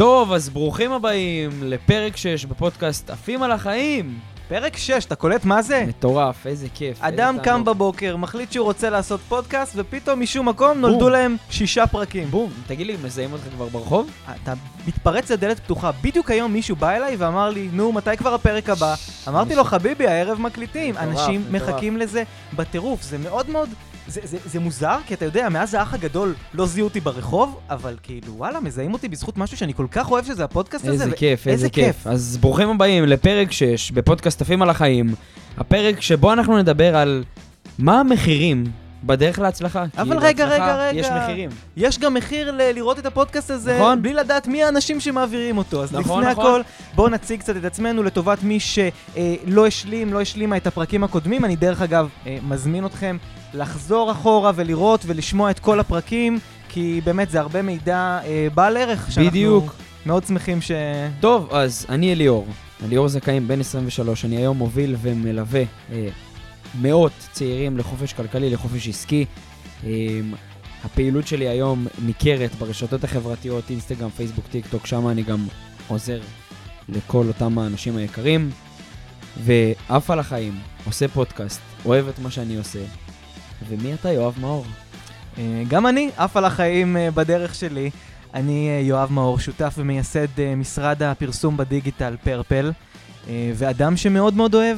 טוב, אז ברוכים הבאים לפרק 6 בפודקאסט עפים על החיים. פרק 6, אתה קולט מה זה? מטורף, איזה כיף. אדם קם בבוקר, מחליט שהוא רוצה לעשות פודקאסט, ופתאום משום מקום נולדו להם 6 פרקים. בום, תגיד לי, מזהים אותך כבר ברחוב? אתה מתפרץ לדלת פתוחה. בדיוק היום מישהו בא אליי ואמר לי, נו, מתי כבר הפרק הבא? אמרתי לו, חביבי, הערב מקליטים. אנשים מחכים לזה בטירוף. זה מאוד מאוד... זה מוזר, כי אתה יודע, מאז האח הגדול לא זיהו אותי ברחוב, אבל כאילו, וואלה, מזהים אותי בזכות משהו שאני כל כך אוהב שזה הפודקאסט הזה. איזה כיף, איזה כיף. אז ברוכים הבאים לפרק 6 בפודקאסט עפים על החיים. הפרק שבו אנחנו נדבר על מה המחירים בדרך להצלחה. אבל רגע. יש מחירים. יש גם מחיר לראות את הפודקאסט הזה, נכון. בלי לדעת מי האנשים שמעבירים אותו. אז נכון, לפני נכון. הכל, בואו נציג קצת את עצמנו לטובת מי שלא השלימה את הפרקים הקודמים. אני דרך אגב מזמין אתכם לחזור אחורה ולראות ולשמוע את כל הפרקים, כי באמת זה הרבה מידע בעל ערך. בדיוק. שאנחנו מאוד שמחים טוב, אז אני אליאור זכאים, בן 23. אני היום מוביל ומלווה מאות צעירים לחופש כלכלי, לחופש עסקי. הפעילות שלי היום ניכרת ברשתות החברתיות, אינסטגרם, פייסבוק, טיק טוק, שם אני גם עוזר לכל אותם האנשים היקרים. ואף על החיים, עושה פודקאסט, אוהב את מה שאני עושה. ומי אתה, יואב מאור? גם אני, אף על החיים בדרך שלי. אני יואב מאור, שותף ומייסד משרד הפרסום בדיגיטל פרפל, ואדם שמאוד מאוד אוהב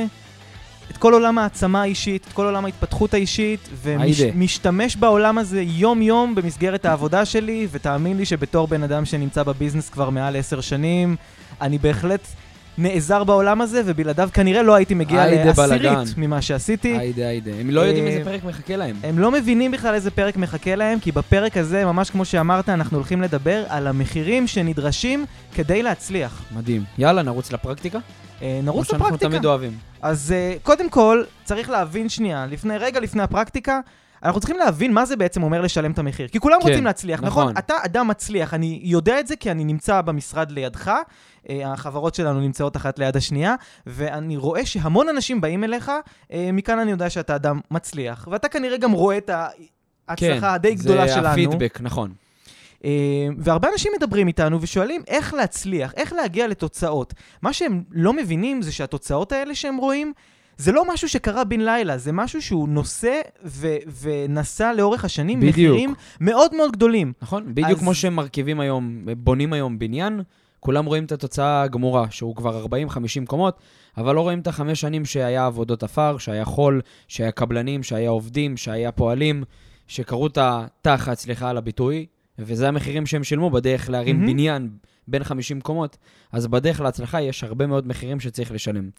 את כל עולם העצמה האישית, את כל עולם ההתפתחות האישית, ומשתמש בעולם הזה יום יום במסגרת העבודה שלי, ותאמין לי שבתור בן אדם שנמצא בביזנס כבר מעל 10 שנים, אני בהחלט נעזר בעולם הזה, ובלעדיו כנראה לא הייתי מגיע לעשירית ממה שעשיתי. היידה. הם לא יודעים איזה פרק מחכה להם. הם לא מבינים בכלל איזה פרק מחכה להם, כי בפרק הזה, ממש כמו שאמרת, אנחנו הולכים לדבר על המחירים שנדרשים כדי להצליח. מדהים. יאללה, נרוץ לפרקטיקה? נרוץ לפרקטיקה. שאנחנו תמיד אוהבים. אז קודם כל, צריך להבין שנייה, רגע לפני הפרקטיקה, אנחנו צריכים להבין מה זה בעצם אומר לשלם את המחיר. כי כולם רוצים להצליח, נכון? אתה אדם מצליח, אני יודע את זה כי אני נמצא במשרד לידך, החברות שלנו נמצאות אחת ליד השנייה, ואני רואה שהמון אנשים באים אליך, מכאן אני יודע שאתה אדם מצליח, ואתה כנראה גם רואה את ההצלחה הדי גדולה שלנו. זה הפידבק, נכון. והרבה אנשים מדברים איתנו ושואלים איך להצליח, איך להגיע לתוצאות. מה שהם לא מבינים זה שהתוצאות האלה שהם רואים, זה לא משהו שקרה בן לילה, זה משהו שהוא נושא ונסע לאורך השנים. בדיוק. מחירים מאוד מאוד גדולים. נכון, בדיוק כמו שהם מרכיבים היום, בונים היום בניין, כולם רואים את התוצאה הגמורה, שהוא כבר 40-50 קומות, אבל לא רואים את 5 שנים שהיה עבודות אפר, שהיה חול, שהיה קבלנים, שהיה עובדים, שהיה פועלים, שקראו את התחת, סליחה על הביטוי, וזה המחירים שהם שילמו בדרך להרים בניין בין 50 קומות, אז בדרך להצלחה יש הרבה מאוד מחירים שצריך לשלם.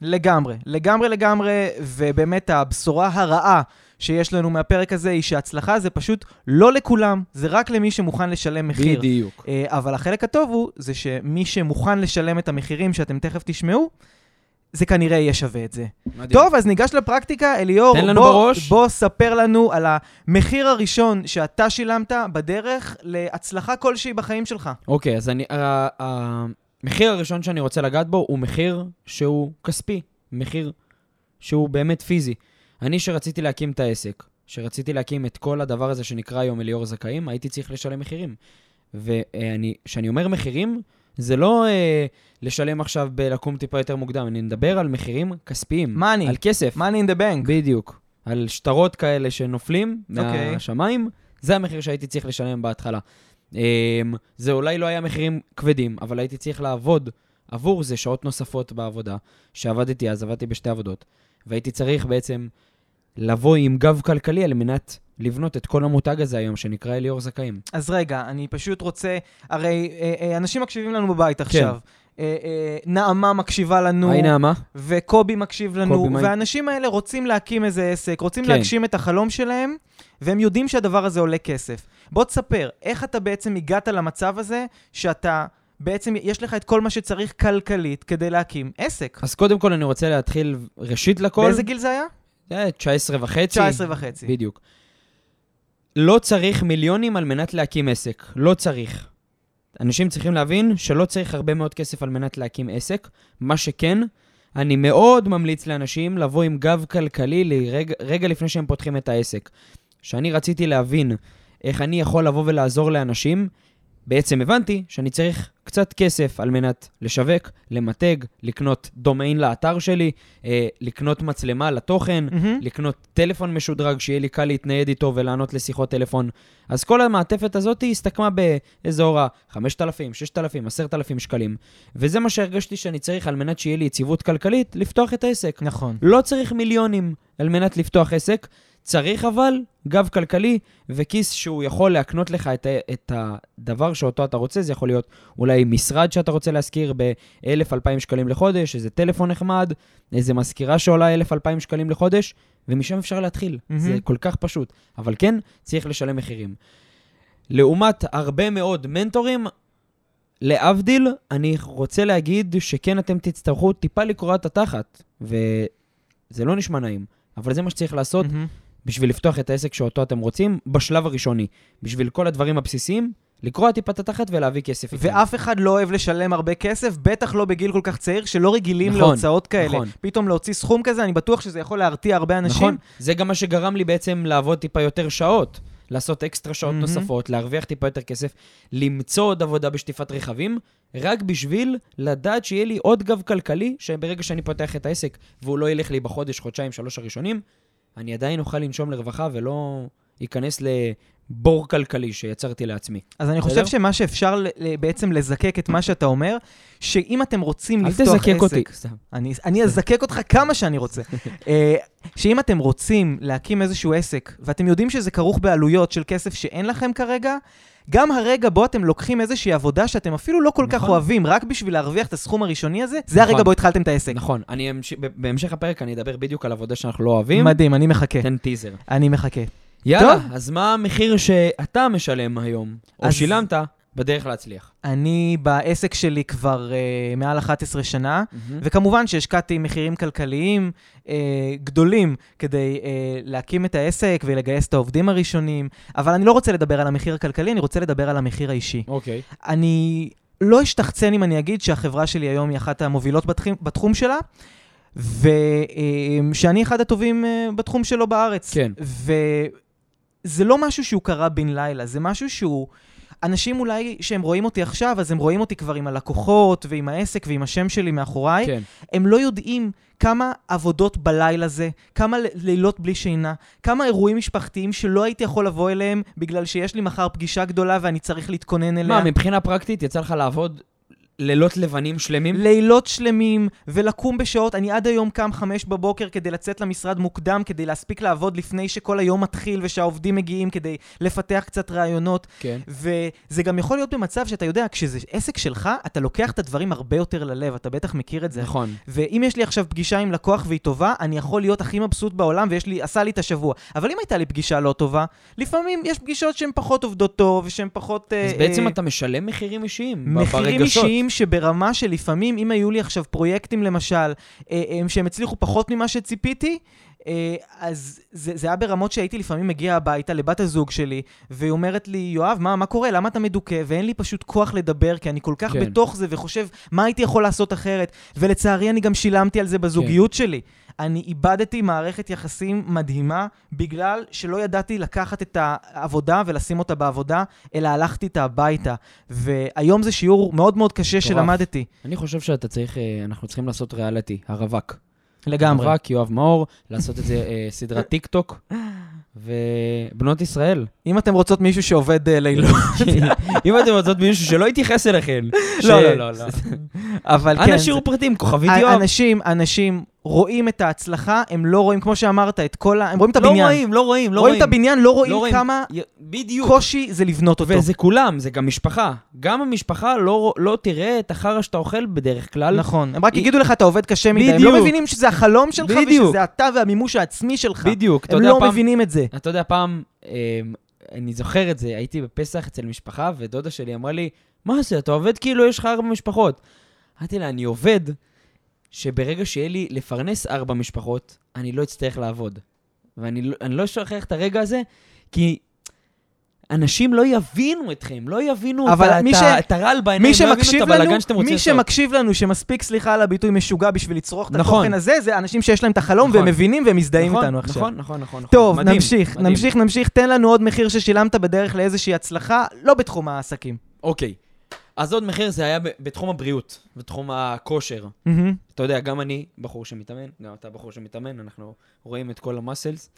לגמרי, ובאמת הבשורה הרעה שיש לנו מהפרק הזה היא שההצלחה זה פשוט לא לכולם, זה רק למי שמוכן לשלם מחיר. בדיוק. אבל החלק הטוב הוא, זה שמי שמוכן לשלם את המחירים שאתם תכף תשמעו, זה כנראה יהיה שווה את זה. מדהים. טוב, אז ניגש לפרקטיקה. אליאור, בוא ספר לנו על המחיר הראשון שאתה שילמת בדרך להצלחה כלשהי בחיים שלך. אוקיי, אז המחיר הראשון שאני רוצה לגעת בו הוא מחיר שהוא כספי, מחיר שהוא באמת פיזי. אני שרציתי להקים את העסק, שרציתי להקים את כל הדבר הזה שנקרא היום אליאור זכאים, הייתי צריך לשלם מחירים. שאני אומר מחירים, זה לא לשלם עכשיו בלקום טיפה יותר מוקדם, אני מדבר על מחירים כספיים, על כסף. money in the bank. בדיוק. על שטרות כאלה שנופלים מהשמיים, זה המחיר שהייתי צריך לשלם בהתחלה. זה אולי לא היה מחירים כבדים, אבל הייתי צריך לעבוד עבור זה שעות נוספות בעבודה, שעבדתי אז, עבדתי בשתי עבודות, והייתי צריך בעצם לבוא עם גב כלכלי על מנת לבנות את כל המותג הזה היום, שנקרא אליאור זכאים. אז רגע, אני פשוט רוצה, הרי אנשים מקשיבים לנו בבית עכשיו. נעמה מקשיבה לנו. היי נעמה. וקובי מקשיב לנו. והאנשים האלה רוצים להקים איזה עסק, רוצים להגשים את החלום שלהם, והם יודעים שהדבר הזה עולה כסף. בוא תספר, איך אתה בעצם הגעת למצב הזה, שאתה בעצם, יש לך את כל מה שצריך כלכלית כדי להקים עסק. אז קודם כל אני רוצה להתחיל ראשית לכל. באיזה גיל זה היה? 19.5. 19.5. בדיוק. לא צריך מיליונים על מנת להקים עסק. לא צריך. אנשים צריכים להבין שלא צריך הרבה מאוד כסף על מנת להקים עסק. מה שכן, אני מאוד ממליץ לאנשים לבוא עם גב כלכלי רגע לפני שהם פותחים את העסק. שאני רציתי להבין איך אני יכול לבוא ולעזור לאנשים בעצם הבנתי שאני צריך קצת כסף על מנת לשווק, למתג, לקנות דומיין לאתר שלי, לקנות מצלמה לתוכן, לקנות טלפון משודרג, שיהיה לי קל להתנייד איתו ולענות לשיחות טלפון. אז כל המעטפת הזאת הסתכמה באזור ה-5,000, 6,000, 10,000 שקלים. וזה מה שהרגשתי שאני צריך על מנת שיהיה לי יציבות כלכלית, לפתוח את העסק. נכון. לא צריך מיליונים על מנת לפתוח עסק, צריך אבל גב כלכלי וכיס שהוא יכול להקנות לך את הדבר שאותו אתה רוצה. זה יכול להיות אולי משרד שאתה רוצה להזכיר ב-1,000-2,000 שקלים לחודש, איזה טלפון נחמד, איזה מזכירה שעולה 1,000-2,000 שקלים לחודש, ומשם אפשר להתחיל. זה כל כך פשוט. אבל כן, צריך לשלם מחירים. לעומת הרבה מאוד מנטורים, להבדיל, אני רוצה להגיד שכן אתם תצטרכו טיפה לקרוא את התחת, וזה לא נשמע נעים, אבל זה מה שצריך לעשות בשביל לפתוח את העסק שאותו אתם רוצים, בשלב הראשוני. בשביל כל הדברים הבסיסיים, לקרוא טיפה את התחת ולהביא כסף. ואף אחד לא אוהב לשלם הרבה כסף, בטח לא בגיל כל כך צעיר, שלא רגילים להוצאות כאלה. פתאום להוציא סכום כזה, אני בטוח שזה יכול להרתיע הרבה אנשים. נכון, זה גם מה שגרם לי בעצם לעבוד טיפה יותר שעות, לעשות אקסטרה שעות נוספות, להרוויח טיפה יותר כסף, למצוא עוד עבודה בשטיפת רכבים, רק בשביל לדעת שיהיה לי עוד גב כלכלי, שברגע שאני פותח את העסק, והוא לא ילך לי בחודש, חודשיים, 3 הראשונים, אני עדיין אוכל לנשום לרווחה ולא ייכנס לבור כלכלי שיצרתי לעצמי. אז אני חושב שמה שאפשר בעצם לזקק את מה שאתה אומר, שאם אתם רוצים לפתוח עסק... אל תזקק אותי. אני אזקק אותך כמה שאני רוצה. שאם אתם רוצים להקים איזשהו עסק, ואתם יודעים שזה כרוך בעלויות של כסף שאין לכם כרגע, גם הרגע בו אתם לוקחים איזושהי עבודה שאתם אפילו לא כל כך אוהבים, רק בשביל להרוויח את הסכום הראשוני הזה, זה הרגע בו התחלתם את העסק. נכון. בהמשך הפרק אני אדבר בדיוק על עבודה שאנחנו לא אוהבים. מדהים, אני מחכה. תן טיזר. אני מחכה. יאללה, אז מה המחיר שאתה משלם היום, או שילמת בדרך להצליח? אני בעסק שלי כבר מעל 11 שנה, וכמובן שהשקעתי מחירים כלכליים גדולים כדי להקים את העסק ולגייס את העובדים הראשונים, אבל אני לא רוצה לדבר על המחיר הכלכלי, אני רוצה לדבר על המחיר האישי. אוקיי. אני לא אשתחצן אם אני אגיד שהחברה שלי היום היא אחת המובילות בתחום שלה, ושאני אחד הטובים בתחום שלו בארץ. כן. וזה לא משהו שהוא קרה בן לילה, זה משהו שהוא... אנשים אולי שהם רואים אותי עכשיו, אז הם רואים אותי כבר עם הלקוחות ועם העסק ועם השם שלי מאחוריי. כן. הם לא יודעים כמה עבודות בלילה זה, כמה לילות בלי שינה, כמה אירועים משפחתיים שלא הייתי יכול לבוא אליהם בגלל שיש לי מחר פגישה גדולה ואני צריך להתכונן אליה. מה, מבחינה פרקטית יצא לך לעבוד לילות לבנים שלמים? לילות שלמים, ולקום בשעות. אני עד היום קם 5 בבוקר כדי לצאת למשרד מוקדם, כדי להספיק לעבוד לפני שכל היום מתחיל ושהעובדים מגיעים כדי לפתח קצת רעיונות. כן. וזה גם יכול להיות במצב שאתה יודע, כשזה עסק שלך, אתה לוקח את הדברים הרבה יותר ללב, אתה בטח מכיר את זה. נכון. ואם יש לי עכשיו פגישה עם לקוח והיא טובה, אני יכול להיות הכי מבסוט בעולם עשה לי את השבוע. אבל אם הייתה לי פגישה לא טובה, לפעמים יש פגישות שהן פחות עובדות טוב ושהן פחות... אז בעצם אתה משלם מחירים אישיים. מחירים אישיים שברמה שלפעמים, אם היו לי עכשיו פרויקטים למשל, שהם הצליחו פחות ממה שציפיתי, אז זה היה ברמות שהייתי לפעמים מגיע הביתה לבת הזוג שלי, והיא אומרת לי, יואב, מה קורה? למה אתה מדוכא? ואין לי פשוט כוח לדבר, כי אני כל כך בתוך זה, וחושב מה הייתי יכול לעשות אחרת, ולצערי אני גם שילמתי על זה בזוגיות שלי. אני איבדתי מערכת יחסים מדהימה, בגלל שלא ידעתי לקחת את העבודה ולשים אותה בעבודה, אלא הלכתי איתה הביתה. והיום זה שיעור מאוד מאוד קשה שלמדתי. אני חושב אנחנו צריכים לעשות ריאליטי, הרווק. לגמרי. הרווק, יואב מאור, לעשות את זה סדרת טיק טוק, ובנות ישראל. אם אתם רוצות מישהו שעובד לילות. אם אתם רוצות מישהו שלא יתייחס אליכן. לא. אבל כן. אנא שיעור פרטים, כוכבית יואב. אנשים רואים את ההצלחה, הם לא רואים, כמו שאמרת, את כל הם רואים את הבניין. לא רואים. רואים את הבניין, לא רואים כמה קושי זה לבנות אותו. וזה כולם, זה גם משפחה. גם המשפחה לא תראה את החרא שאתה אוכל בדרך כלל. נכון. הם רק יגידו לך, אתה עובד קשה מדי. הם לא מבינים שזה החלום שלך, ושזה אתה והמימוש העצמי שלך. בדיוק. הם לא מבינים את זה. אתה יודע, פעם, אני זוכר את זה, הייתי בפסח אצל משפחה, ודודה שלי אמרה לי, מה זה, אתה עובד כאילו יש לך 4 משפחות. אמרתי לה, אני עובד שברגע שיהיה לי לפרנס 4 משפחות, אני לא אצטרך לעבוד. ואני לא אשכח את הרגע הזה, כי אנשים לא יבינו אתכם, לא יבינו את הרעל בעיניים, לא יבינו את הבלגן שאתם רוצים לעשות. מי שמקשיב לנו, שמספיק סליחה על הביטוי משוגע בשביל לצרוך את התוכן הזה, זה אנשים שיש להם את החלום והם מבינים והם מזדהים איתנו עכשיו. נכון. טוב, נמשיך. תן לנו עוד מחיר ששילמת בדרך לאיזושהי הצלחה, לא בתחום העסקים. אוקיי. אז עוד מחיר זה היה בתחום הבריאות, בתחום הכושר. אתה יודע, גם אני בחור שמתאמן, גם אתה בחור שמתאמן, אנחנו רואים את כל המסלס.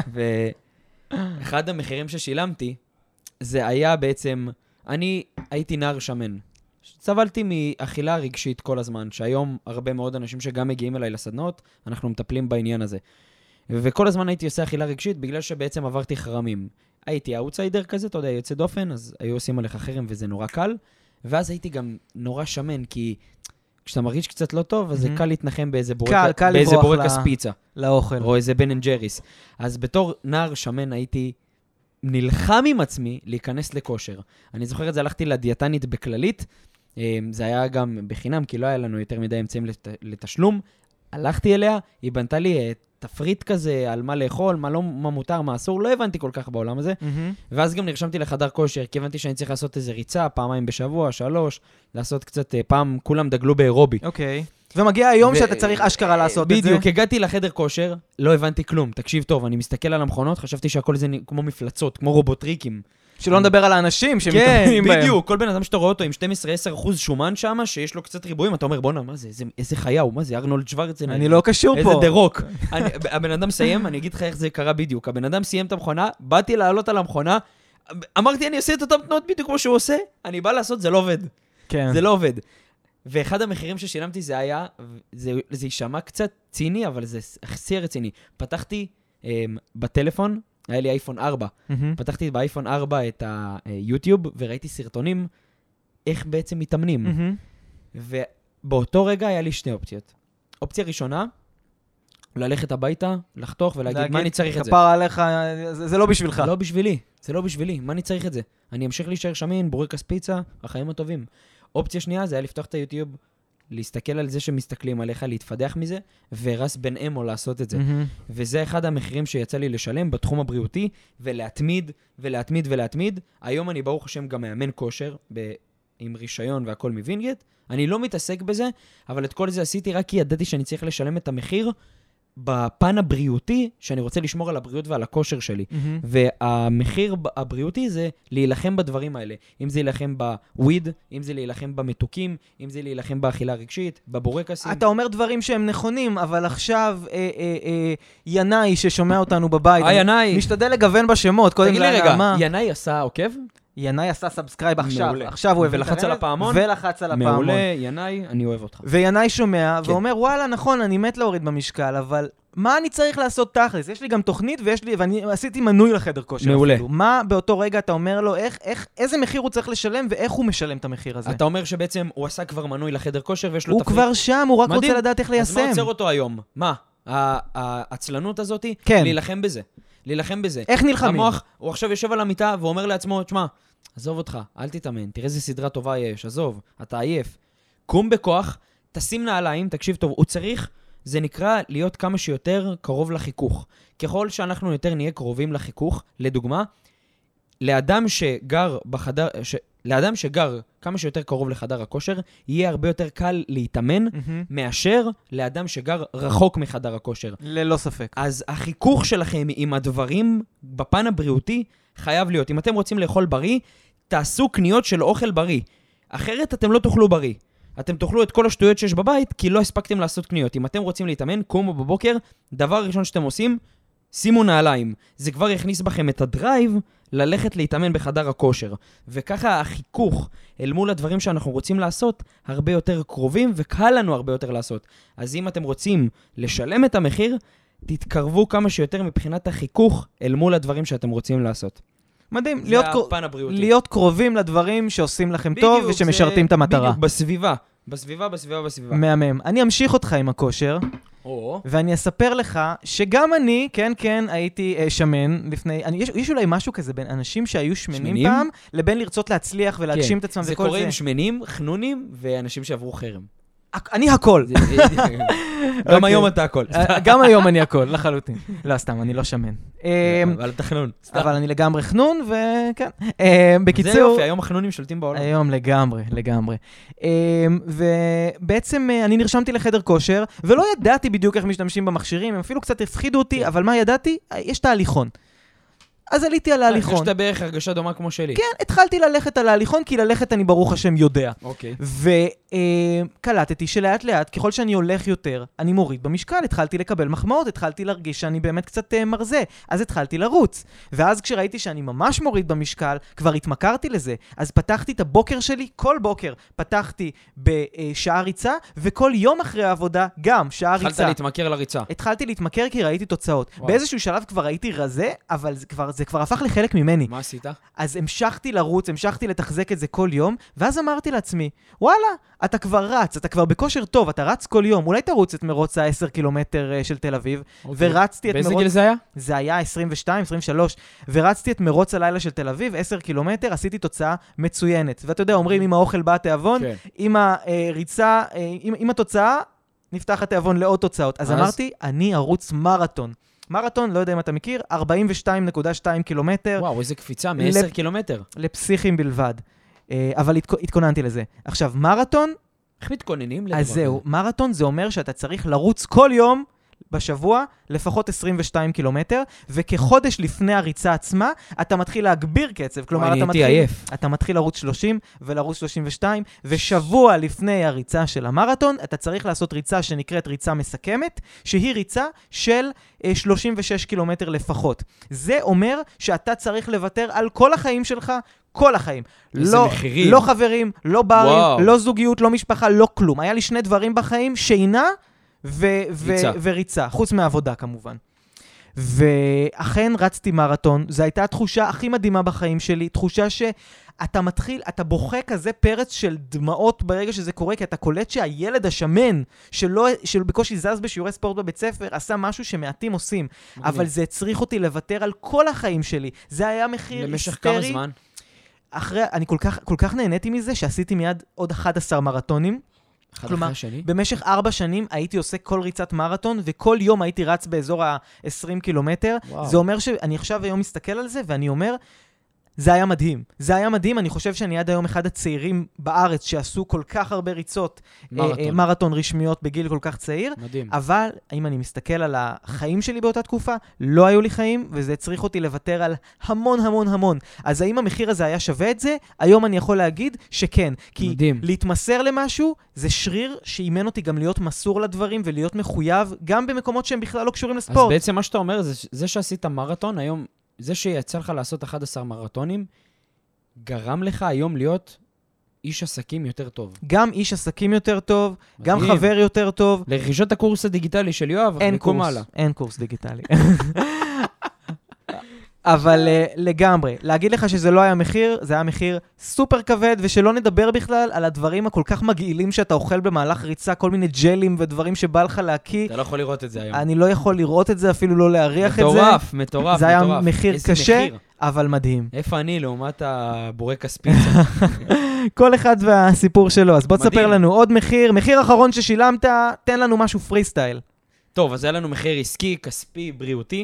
ואחד המחירים ששילמתי, זה היה בעצם, אני הייתי נער שמן. סבלתי מאכילה רגשית כל הזמן, שהיום הרבה מאוד אנשים שגם מגיעים אליי לסדנות, אנחנו מטפלים בעניין הזה. וכל הזמן הייתי עושה אכילה רגשית, בגלל שבעצם עברתי חרמים. הייתי אאוטסיידר כזה, אתה יודע, יוצא דופן, אז היו עושים עליך חרם וזה נורא קל. ואז הייתי גם נורא שמן, כי כשאתה מרגיש קצת לא טוב, אז זה קל להתנחם באיזה בורקס פיצה. לאוכל. או איזה בן אנד ג'ריס. אז בתור נער שמן הייתי נלחם עם עצמי להיכנס לכושר. אני זוכר את זה, הלכתי לדיאטנית בכללית, זה היה גם בחינם, כי לא היה לנו יותר מדי אמצעים לתשלום. הלכתי אליה, היא בנתה לי תפריט כזה על מה לאכול, מה מותר, מה אסור, לא הבנתי כל כך בעולם הזה. ואז גם נרשמתי לחדר כושר, כי הבנתי שאני צריך לעשות איזה ריצה, פעמיים בשבוע, 3, לעשות קצת, פעם כולם דגלו באירובי. אוקיי. ומגיע היום שאתה צריך אשכרה לעשות את זה. בדיוק, הגעתי לחדר כושר, לא הבנתי כלום. תקשיב טוב, אני מסתכל על המכונות, חשבתי שהכל זה כמו מפלצות, כמו רובוטריקים. שלא נדבר על האנשים שמתאמנים בהם. כן, בדיוק. כל בן אדם שאתה רואה אותו עם 12-10% שומן שם, שיש לו קצת ריבועים, אתה אומר, בוא'נה, מה זה? איזה חיה הוא? מה זה? ארנולד שוורצנגר. אני לא קשור פה. איזה דרוק. הבן אדם סיים, אני אגיד לך איך זה קרה בדיוק. הבן אדם סיים את המכונה, באתי לעלות על המכונה, אמרתי, אני עושה את אותם תנועות בדיוק כמו שהוא עושה, אני בא לעשות, זה לא עובד. כן. זה לא עובד. ואחד המחירים ששילמתי זה היה, זה יישמע קצת ציני, אבל זה הכי רציני. פתחתי בטלפון, היה לי אייפון 4. פתחתי באייפון 4 את היוטיוב, וראיתי סרטונים איך בעצם מתאמנים. ובאותו רגע היה לי 2 אופציות. אופציה ראשונה, ללכת הביתה, לחתוך ולהגיד, מה אני צריך את זה? כפר עליך, זה לא בשבילך. לא בשבילי, זה לא בשבילי. מה אני צריך את זה? אני אמשיך להישאר שמין, בורקס פיצה, החיים הטובים. אופציה שנייה זה היה לפתוח את היוטיוב, להסתכל על זה שמסתכלים עליך, להתפדח מזה, ורס בין אמו לעשות את זה. וזה אחד המחירים שיצא לי לשלם בתחום הבריאותי, ולהתמיד, ולהתמיד, ולהתמיד. היום אני ברוך השם גם מאמן כושר, עם רישיון והכל מווינגייט. אני לא מתעסק בזה, אבל את כל זה עשיתי רק כי ידעתי שאני צריך לשלם את המחיר, בפן הבריאותי, שאני רוצה לשמור על הבריאות ועל הכושר שלי. והמחיר הבריאותי זה להילחם בדברים האלה. אם זה להילחם בוויד, אם זה להילחם במתוקים, אם זה להילחם באכילה רגשית, בבורקסים. אתה אומר דברים שהם נכונים, אבל עכשיו ינאי ששומע אותנו בבית, ינאי. משתדל לגוון בשמות. תגיד לי רגע, ינאי עשה עוקב? ינאי עשה סאבסקרייב עכשיו. עכשיו הוא הביא ולחץ על הפעמון? ולחץ על הפעמון. מעולה, ינאי, אני אוהב אותך. וינאי שומע ואומר, וואלה, נכון, אני מת להוריד במשקל, אבל מה אני צריך לעשות תכלס? יש לי גם תוכנית ואני עשיתי מנוי לחדר כושר. מעולה. מה באותו רגע אתה אומר לו, איזה מחיר הוא צריך לשלם ואיך הוא משלם את המחיר הזה? אתה אומר שבעצם הוא עשה כבר מנוי לחדר כושר ויש לו הוא כבר שם, הוא רק רוצה לדעת איך ליישם. אז מה עוצר אותו היום? מה? העצלנות הזאת? כן. להילחם בזה. להילחם בזה. איך נלחמים? המוח, הוא עכשיו יושב על המיטה ואומר לעצמו, תשמע, עזוב אותך, אל תתאמן, תראה איזה סדרה טובה יש, עזוב, אתה עייף. קום בכוח, תשים נעליים, תקשיב טוב, הוא צריך, זה נקרא להיות כמה שיותר קרוב לחיכוך. ככל שאנחנו יותר נהיה קרובים לחיכוך, לדוגמה, לאדם שגר כמה שיותר קרוב לחדר הכושר, יהיה הרבה יותר קל להתאמן מאשר לאדם שגר רחוק מחדר הכושר. ללא ספק. אז החיכוך שלכם עם הדברים בפן הבריאותי חייב להיות. אם אתם רוצים לאכול בריא, תעשו קניות של אוכל בריא. אחרת אתם לא תאכלו בריא. אתם תאכלו את כל השטויות שיש בבית, כי לא הספקתם לעשות קניות. אם אתם רוצים להתאמן, קומו בבוקר, דבר ראשון שאתם עושים, שימו נעליים. זה כבר יכניס בכם את הדרייב ללכת להתאמן בחדר הכושר. וככה החיכוך אל מול הדברים שאנחנו רוצים לעשות, הרבה יותר קרובים וקל לנו הרבה יותר לעשות. אז אם אתם רוצים לשלם את המחיר, תתקרבו כמה שיותר מבחינת החיכוך אל מול הדברים שאתם רוצים לעשות. מדהים, להיות קרובים לדברים שעושים לכם טוב ושמשרתים את המטרה. בדיוק, בסביבה. מהמם. אני אמשיך אותך עם הכושר, ואני אספר לך שגם אני, כן, הייתי שמן לפני, יש אולי משהו כזה בין אנשים שהיו שמנים פעם, לבין לרצות להצליח ולהגשים את עצמם וכל זה. זה קורה עם שמנים, חנונים ואנשים שעברו חרם. אני הכל. גם היום אתה הכל. גם היום אני הכל, לחלוטין. לא, סתם, אני לא שמן. אבל אתה חנון. אבל אני לגמרי חנון, וכן. בקיצור... זה יופי, היום החנונים שולטים בעולם. היום לגמרי. ובעצם אני נרשמתי לחדר כושר, ולא ידעתי בדיוק איך משתמשים במכשירים, הם אפילו קצת הפחידו אותי, אבל מה ידעתי? יש תהליכון. אז עליתי על ההליכון. הרגשת בערך הרגשה דומה כמו שלי. כן, התחלתי ללכת על ההליכון, כי ללכת אני ברוך השם יודע. אוקיי. וקלטתי שלאט לאט, ככל שאני הולך יותר, אני מוריד במשקל, התחלתי לקבל מחמאות, התחלתי להרגיש שאני באמת קצת מרזה, אז התחלתי לרוץ. ואז כשראיתי שאני ממש מוריד במשקל, כבר התמכרתי לזה. אז פתחתי את הבוקר שלי, כל בוקר פתחתי בשעה ריצה, וכל יום אחרי העבודה גם שעה ריצה. התחלת להתמכר לריצה. התחלתי להתמכר כי ראיתי תוצאות. באיזשהו שלב כבר הייתי רזה, אבל זה כבר הפך לחלק ממני. מה עשית? אז המשכתי לרוץ, המשכתי לתחזק את זה כל יום, ואז אמרתי לעצמי, וואלה, אתה כבר רץ, אתה כבר בכושר טוב, אתה רץ כל יום, אולי תרוץ את מרוץ ה-10 קילומטר של תל אביב, ורצתי את מרוץ... באיזה גיל זה היה? זה היה 22, 23, ורצתי את מרוץ הלילה של תל אביב, 10 קילומטר, עשיתי תוצאה מצוינת. ואתה יודע, אומרים, אם האוכל בא תיאבון, אם הריצה, אם התוצאה, נפתח התיאבון לעוד תוצאות. אז אמרתי, אני ארוץ מרתון. מרתון, לא יודע אם אתה מכיר, 42.2 קילומטר. וואו, איזה קפיצה, מ-10 קילומטר. לפסיכים בלבד. אבל התכוננתי לזה. עכשיו, מרתון... איך מתכוננים לדבר? אז זהו, מרתון זה אומר שאתה צריך לרוץ כל יום בשבוע, לפחות 22 קילומטר, וכחודש לפני הריצה עצמה, אתה מתחיל להגביר קצב. כלומר, אתה מתחיל לרוץ 30 ולרוץ 32, ושבוע לפני הריצה של המרתון, אתה צריך לעשות ריצה שנקראת ריצה מסכמת, שהיא ריצה של 36 קילומטר לפחות. זה אומר שאתה צריך לוותר על כל החיים שלך, כל החיים. לא חברים, לא ברים, לא זוגיות, לא משפחה, לא כלום. היה לי שני דברים בחיים, שינה וריצה, חוץ מהעבודה כמובן. ואכן רצתי מרתון, זו הייתה התחושה הכי מדהימה בחיים שלי, תחושה שאתה מתחיל, אתה בוכה כזה פרץ של דמעות ברגע שזה קורה, כי אתה קולט שהילד השמן, שבקושי זז בשיעורי ספורט בבית ספר, עשה משהו שמעטים עושים, אבל זה הצריך אותי לוותר על כל החיים שלי. זה היה מחיר היסטרי. למשך כמה זמן? אני כל כך נהניתי מזה, שעשיתי מיד עוד 11 מרתונים, כלומר, במשך 4 שנים הייתי עושה כל ריצת מרתון, וכל יום הייתי רץ באזור ה-20 קילומטר. זה אומר שאני עכשיו היום מסתכל על זה, ואני אומר, זה היה מדהים. זה היה מדהים, אני חושב שאני עד היום אחד הצעירים בארץ שעשו כל כך הרבה ריצות מרתון רשמיות בגיל כל כך צעיר. מדהים. אבל אם אני מסתכל על החיים שלי באותה תקופה, לא היו לי חיים, וזה צריך אותי לוותר על המון המון המון. אז האם המחיר הזה היה שווה את זה? היום אני יכול להגיד שכן. כי מדהים. להתמסר למשהו זה שריר שאימן אותי גם להיות מסור לדברים ולהיות מחויב, גם במקומות שהם בכלל לא קשורים לספורט. אז בעצם מה שאתה אומר, זה שעשית מרתון היום, זה שיצא לך לעשות 11 מרתונים, גרם לך היום להיות איש עסקים יותר טוב. גם איש עסקים יותר טוב, מדהים. גם חבר יותר טוב. לרכישת הקורס הדיגיטלי של יואב, אין קורס דיגיטלי. אבל לגמרי, להגיד לך שזה לא היה מחיר, זה היה מחיר סופר כבד, ושלא נדבר בכלל על הדברים הכל כך מגעילים שאתה אוכל במהלך ריצה, כל מיני ג'לים ודברים שבא לך להקיא. אתה לא יכול לראות את זה היום. אני לא יכול לראות את זה, אפילו לא להריח את זה. מטורף, מטורף. זה היה מחיר קשה, אבל מדהים. איפה אני לעומת הבורקס פיצה? כל אחד והסיפור שלו. אז בוא תספר לנו עוד מחיר אחרון ששילמת, תן לנו משהו פרי סטייל. טוב, אז היה לנו מחיר עסקי, כספי, בריאותי.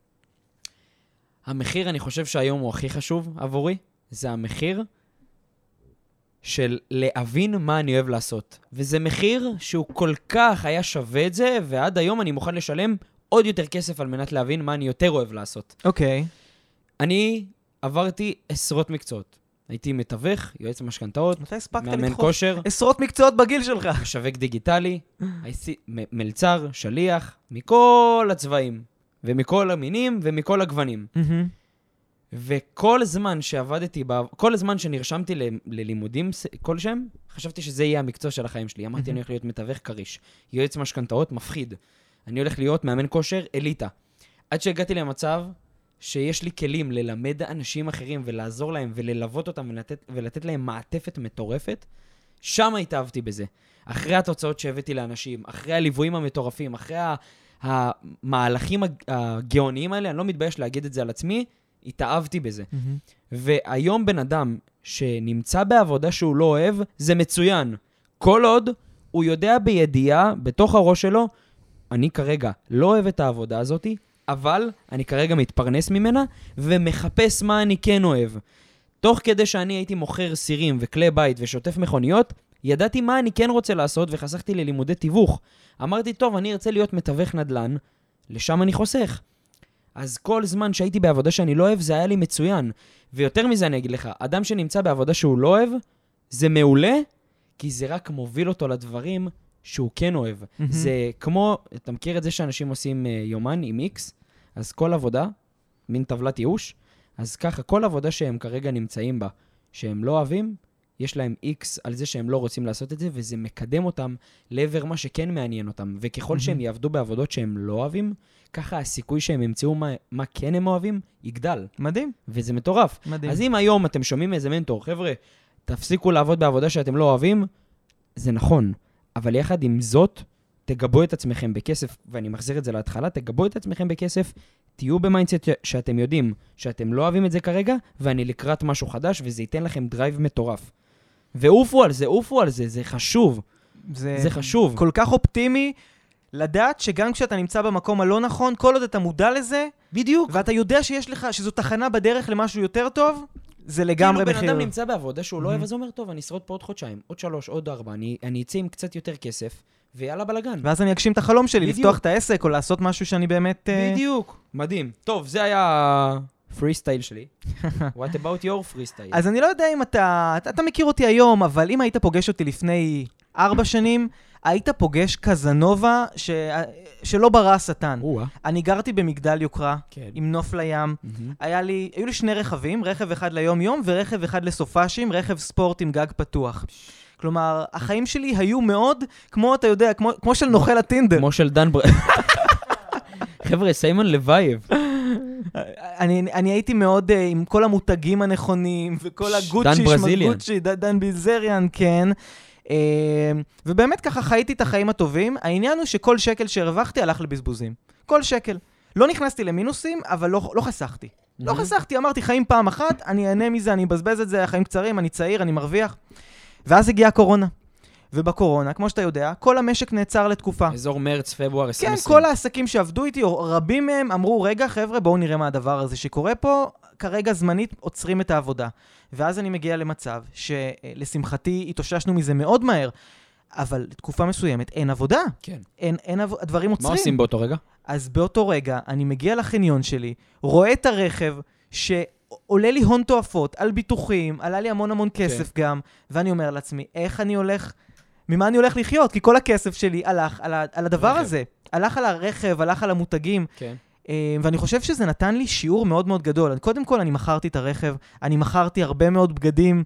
המחיר, אני חושב שהיום הוא הכי חשוב עבורי, זה המחיר של להבין מה אני אוהב לעשות. וזה מחיר שהוא כל כך היה שווה את זה, ועד היום אני מוכן לשלם עוד יותר כסף על מנת להבין מה אני יותר אוהב לעשות. אוקיי. אני עברתי עשרות מקצועות. הייתי מתווך, יועץ משכנתאות, מאמן כושר. עשרות מקצועות בגיל שלך. משווק דיגיטלי, מלצר, שליח, מכל הצבעים. ומכל המינים ומכל הגוונים. וכל זמן שעבדתי, כל זמן שנרשמתי ללימודים כלשהם, חשבתי שזה יהיה המקצוע של החיים שלי. אמרתי, אני הולך להיות מתווך קריש. יועץ משכנתאות, מפחיד. אני הולך להיות מאמן כושר, אליטה. עד שהגעתי למצב שיש לי כלים ללמד אנשים אחרים ולעזור להם וללוות אותם ולתת להם מעטפת מטורפת, שם התאהבתי בזה. אחרי התוצאות שהבאתי לאנשים, אחרי הליוויים המטורפים, אחרי המהלכים הגאוניים האלה, אני לא מתבייש להגיד את זה על עצמי, התאהבתי בזה. והיום בן אדם שנמצא בעבודה שהוא לא אוהב, זה מצוין. כל עוד הוא יודע בידיעה, בתוך הראש שלו, אני כרגע לא אוהב את העבודה הזאת, אבל אני כרגע מתפרנס ממנה, ומחפש מה אני כן אוהב. תוך כדי שאני הייתי מוכר סירים וכלי בית ושוטף מכוניות, ידעתי מה אני כן רוצה לעשות וחסכתי ללימודי תיווך. אמרתי, טוב, אני ארצה להיות מתווך נדל"ן, לשם אני חוסך. אז כל זמן שהייתי בעבודה שאני לא אוהב, זה היה לי מצוין. ויותר מזה אני אגיד לך, אדם שנמצא בעבודה שהוא לא אוהב, זה מעולה, כי זה רק מוביל אותו לדברים שהוא כן אוהב. זה כמו, אתה מכיר את זה שאנשים עושים יומן עם X, אז כל עבודה, מין טבלת ייאוש, אז ככה, כל עבודה שהם כרגע נמצאים בה, שהם לא אוהבים, יש להם X על זה שהם לא רוצים לעשות את זה, וזה מקדם אותם לעבר מה שכן מעניין אותם. וככל שהם יעבדו בעבודות שהם לא אוהבים, ככה הסיכוי שהם ימצאו מה כן הם אוהבים, יגדל. מדהים. וזה מטורף. מדהים. אז אם היום אתם שומעים איזה מנטור, חבר'ה, תפסיקו לעבוד בעבודה שאתם לא אוהבים, זה נכון. אבל יחד עם זאת, תגבו את עצמכם בכסף, ואני מחזיר את זה להתחלה, תגבו את עצמכם בכסף, תהיו במיינדסט שאתם יודעים שאתם לא אוהבים את זה כרגע, ואני לקראת משהו חדש, וזה ייתן לכם דרייב מטורף. ועופו על זה, זה חשוב. זה חשוב. כל כך אופטימי לדעת שגם כשאתה נמצא במקום הלא נכון, כל עוד אתה מודע לזה, בדיוק. ואתה יודע שיש לך, שזו תחנה בדרך למשהו יותר טוב, זה לגמרי מחיר. כאילו בן אדם נמצא בעבודה שהוא לא אוהב, אז הוא אומר, טוב, אני אשרוד פה עוד חודשיים, עוד 3, עוד 4, אני אצא עם קצת יותר כסף, ויאללה בלגן. ואז אני אגשים את החלום שלי, לפתוח את העסק, או לעשות משהו שאני באמת... בדיוק. מדהים. טוב, זה היה פרי סטייל שלי. What about your free style? אז אני לא יודע אם אתה מכיר אותי היום, אבל אם היית פוגש אותי לפני 4 שנים, היית פוגש קזנובה שלא ברא השטן. אני גרתי במגדל יוקרה, עם נוף לים. היו לי 2 רכבים, רכב אחד ליום-יום ורכב אחד לסופאשים, רכב ספורט עם גג פתוח. כלומר, החיים שלי היו מאוד, כמו אתה יודע, כמו של נוכל הטינדר. כמו של דן חבר'ה, סיימון לוייב. אני הייתי מאוד עם כל המותגים הנכונים, וכל הגוצ'י, דן ביזריאן, כן. ובאמת ככה חייתי את החיים הטובים. העניין הוא שכל שקל שהרווחתי הלך לבזבוזים. כל שקל. לא נכנסתי למינוסים, אבל לא חסכתי. לא חסכתי, אמרתי, חיים פעם אחת, אני אענה מזה, אני אבזבז את זה, החיים קצרים, אני צעיר, אני מרוויח. ואז הגיעה הקורונה. ובקורונה, כמו שאתה יודע, כל המשק נעצר לתקופה. אזור מרץ, פברואר, 2020. כן, כל העסקים שעבדו איתי, או רבים מהם, אמרו, רגע, חבר'ה, בואו נראה מה הדבר הזה שקורה פה. כרגע זמנית עוצרים את העבודה. ואז אני מגיע למצב שלשמחתי התאוששנו מזה מאוד מהר, אבל לתקופה מסוימת אין עבודה. כן. הדברים עוצרים. מה עושים באותו רגע? אז באותו רגע אני מגיע לחניון שלי, רואה את הרכב שעולה לי הון תועפות על ביטוחים, עלה לי המון כסף גם, ואני אומר לעצמי, ממה אני הולך לחיות? כי כל הכסף שלי הלך על הדבר הזה. הלך על הרכב, הלך על המותגים. כן. ואני חושב שזה נתן לי שיעור מאוד מאוד גדול. קודם כל, אני מכרתי את הרכב, אני מכרתי הרבה מאוד בגדים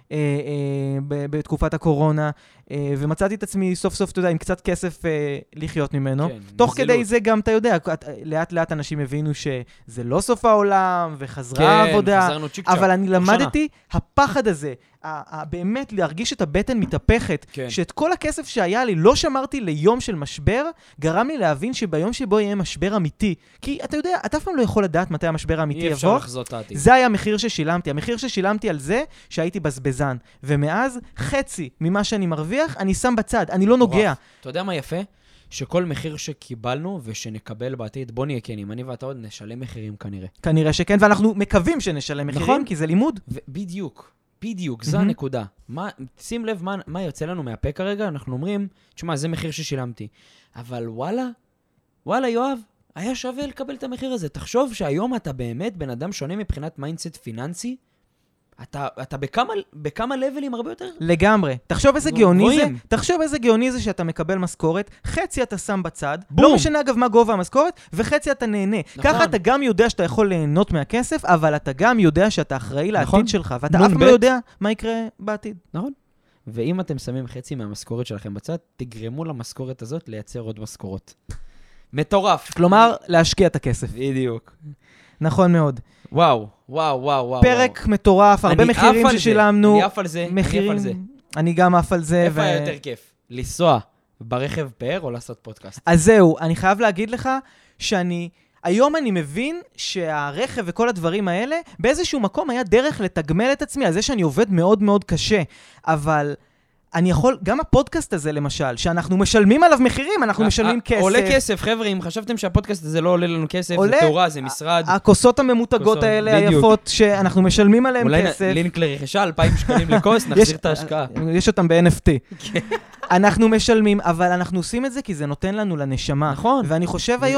בתקופת הקורונה, ומצאתי את עצמי סוף סוף, אתה יודע, עם קצת כסף לחיות ממנו. תוך כדי זה גם, אתה יודע, לאט לאט אנשים הבינו שזה לא סוף העולם, וחזרה העבודה. אבל אני למדתי, הפחד הזה, באמת להרגיש את הבטן מתהפכת, שאת כל הכסף שהיה לי לא שמרתי ליום של משבר, גרם לי להבין שביום שבו יהיה משבר אמיתי, כי אתה יודע, אתה אף פעם לא יכול לדעת מתי המשבר האמיתי יבוא. אי אפשר לחזות העתיד. זה היה המחיר ששילמתי. המחיר ששילמתי על זה שהייתי בזבזן. ומאז חצי ממה שאני מרוויח, אני שם בצד, אני לא נוגע. אתה יודע מה יפה? שכל מחיר שקיבלנו ושנקבל בעתיד, בוא נהיה כנים, אני ואתה עוד נשלם מחירים כנראה. כנראה שכן, ואנחנו מקווים שנשלם מחירים, כי זה לימוד. בדיוק, זו הנקודה. שים לב מה יוצא לנו מהפה כרגע, אנחנו אומרים, תשמע, זה מחיר ששילמתי. אבל וואלה, יואב, היה שווה לקבל את המחיר הזה. תחשוב שהיום אתה באמת בן אדם שונה מבחינת מיינדסט פיננסי, אתה בכמה לבלים הרבה יותר? לגמרי. תחשוב איזה גאוני זה שאתה מקבל משכורת, חצי אתה שם בצד, לא משנה אגב מה גובה המשכורת, וחצי אתה נהנה. ככה אתה גם יודע שאתה יכול ליהנות מהכסף, אבל אתה גם יודע שאתה אחראי לעתיד שלך, ואתה אף לא יודע מה יקרה בעתיד. נכון. ואם אתם שמים חצי מהמשכורת שלכם בצד, תגרמו למשכורת הזאת לייצר עוד משכורות. מטורף. כלומר, להשקיע את הכסף. בדיוק. נכון מאוד. וואו. פרק מטורף, הרבה מחירים ששילמנו. אני עף על זה. אני גם עף על זה. איפה היה יותר כיף? לנסוע ברכב פאר או לעשות פודקאסט? אז זהו, אני חייב להגיד לך היום אני מבין שהרכב וכל הדברים האלה, באיזשהו מקום היה דרך לתגמל את עצמי, על זה שאני עובד מאוד מאוד קשה. אבל אני יכול, גם הפודקאסט הזה למשל, שאנחנו משלמים עליו מחירים, אנחנו משלמים כסף. עולה כסף, חבר'ה, אם חשבתם שהפודקאסט הזה לא עולה לנו כסף, זה תאורה, זה משרד. הכוסות הממותגות האלה היפות, שאנחנו משלמים עליהם כסף. אולי לינק לרכישה, 2,000 שקלים לכוס, נחזיר את ההשקעה. יש אותם ב-NFT. אנחנו משלמים, אבל אנחנו עושים את זה כי זה נותן לנו לנשמה. נכון. ואני חושב היום,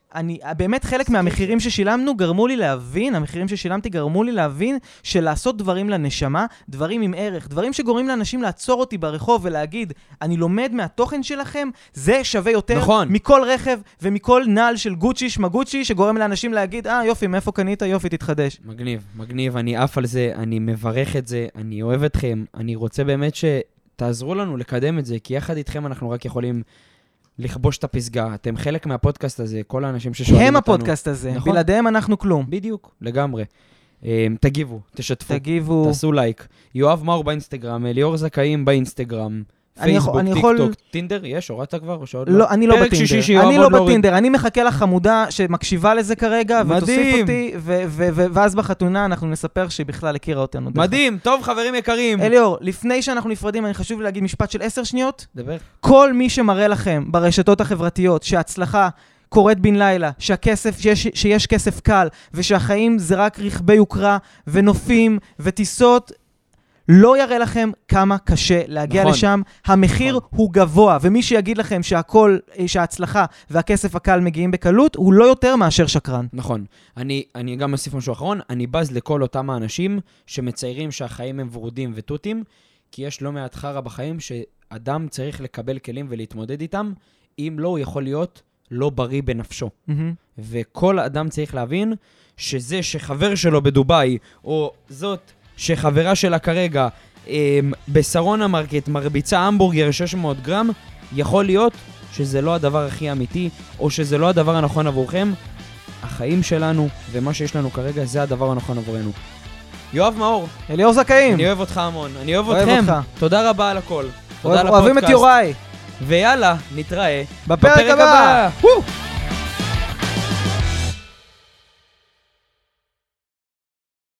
באמת חלק מהמחירים ששילמנו גרמו לי להבין, המחירים ששילמתי גרמו לי להבין שלעשות דברים לנשמה, דברים עם ערך, דברים שגורמים לאנשים לעצור אותי ברחוב ולהגיד, אני לומד מהתוכן שלכם, זה שווה יותר נכון. מכל רכב ומכל נעל של גוצ'י, שמגוצ'י, שגורם לאנשים להגיד, יופי, מאיפה קנית? יופי, תתחדש. מגניב, אני עף על זה, אני מברך את זה, אני אוהב אתכם, אני רוצה באמת שתעזרו לנו לקדם את זה, כי יחד איתכם אנחנו רק יכולים לכבוש את הפסגה. אתם חלק מהפודקאסט הזה, כל האנשים ששואלים אותנו. הם הפודקאסט הזה, נכון? בלעדיהם אנחנו כלום. בדיוק, לגמרי. תגיבו, תשתפו, תגיבו. תעשו לייק. יואב מאור באינסטגרם, ליאור זכאים באינסטגרם, פייסבוק, טיקטוק, טינדר, יש? הורדת כבר או שעוד לא? לא, אני לא בטינדר. אני לא בטינדר, אני מחכה לחמודה שמקשיבה לזה כרגע, ותוסיף אותי, ואז בחתונה אנחנו נספר שהיא בכלל הכירה אותנו. מדהים, טוב חברים יקרים. אליאור, לפני שאנחנו נפרדים, אני חשוב להגיד משפט של 10 שניות. דבר. כל מי שמראה לכם ברשתות החברתיות שההצלחה קורית בן לילה, שיש כסף קל, ושהחיים זה רק רכבי יוקרה, ונופים, וטיסות, לא יראה לכם כמה קשה להגיע נכון. לשם. המחיר נכון. הוא גבוה, ומי שיגיד לכם שההצלחה והכסף הקל מגיעים בקלות, הוא לא יותר מאשר שקרן. נכון. אני גם אוסיף משהו אחרון, אני בז לכל אותם האנשים שמציירים שהחיים הם ורודים וטוטים, כי יש לא מעט חרא בחיים שאדם צריך לקבל כלים ולהתמודד איתם, אם לא הוא יכול להיות לא בריא בנפשו. וכל אדם צריך להבין שזה שחבר שלו בדוביי, או זאת שחברה שלה כרגע בסרונה מרקט מרביצה המבורגר 600 גרם, יכול להיות שזה לא הדבר הכי אמיתי, או שזה לא הדבר הנכון עבורכם. החיים שלנו ומה שיש לנו כרגע זה הדבר הנכון עבורנו. יואב מאור, אליאור זכאים. אני אוהב אותך המון, אני אוהב אתכם. תודה רבה על הכל. תודה על אוהבים את הפודקאסט. יוראי. ויאללה, נתראה בפרק הבא.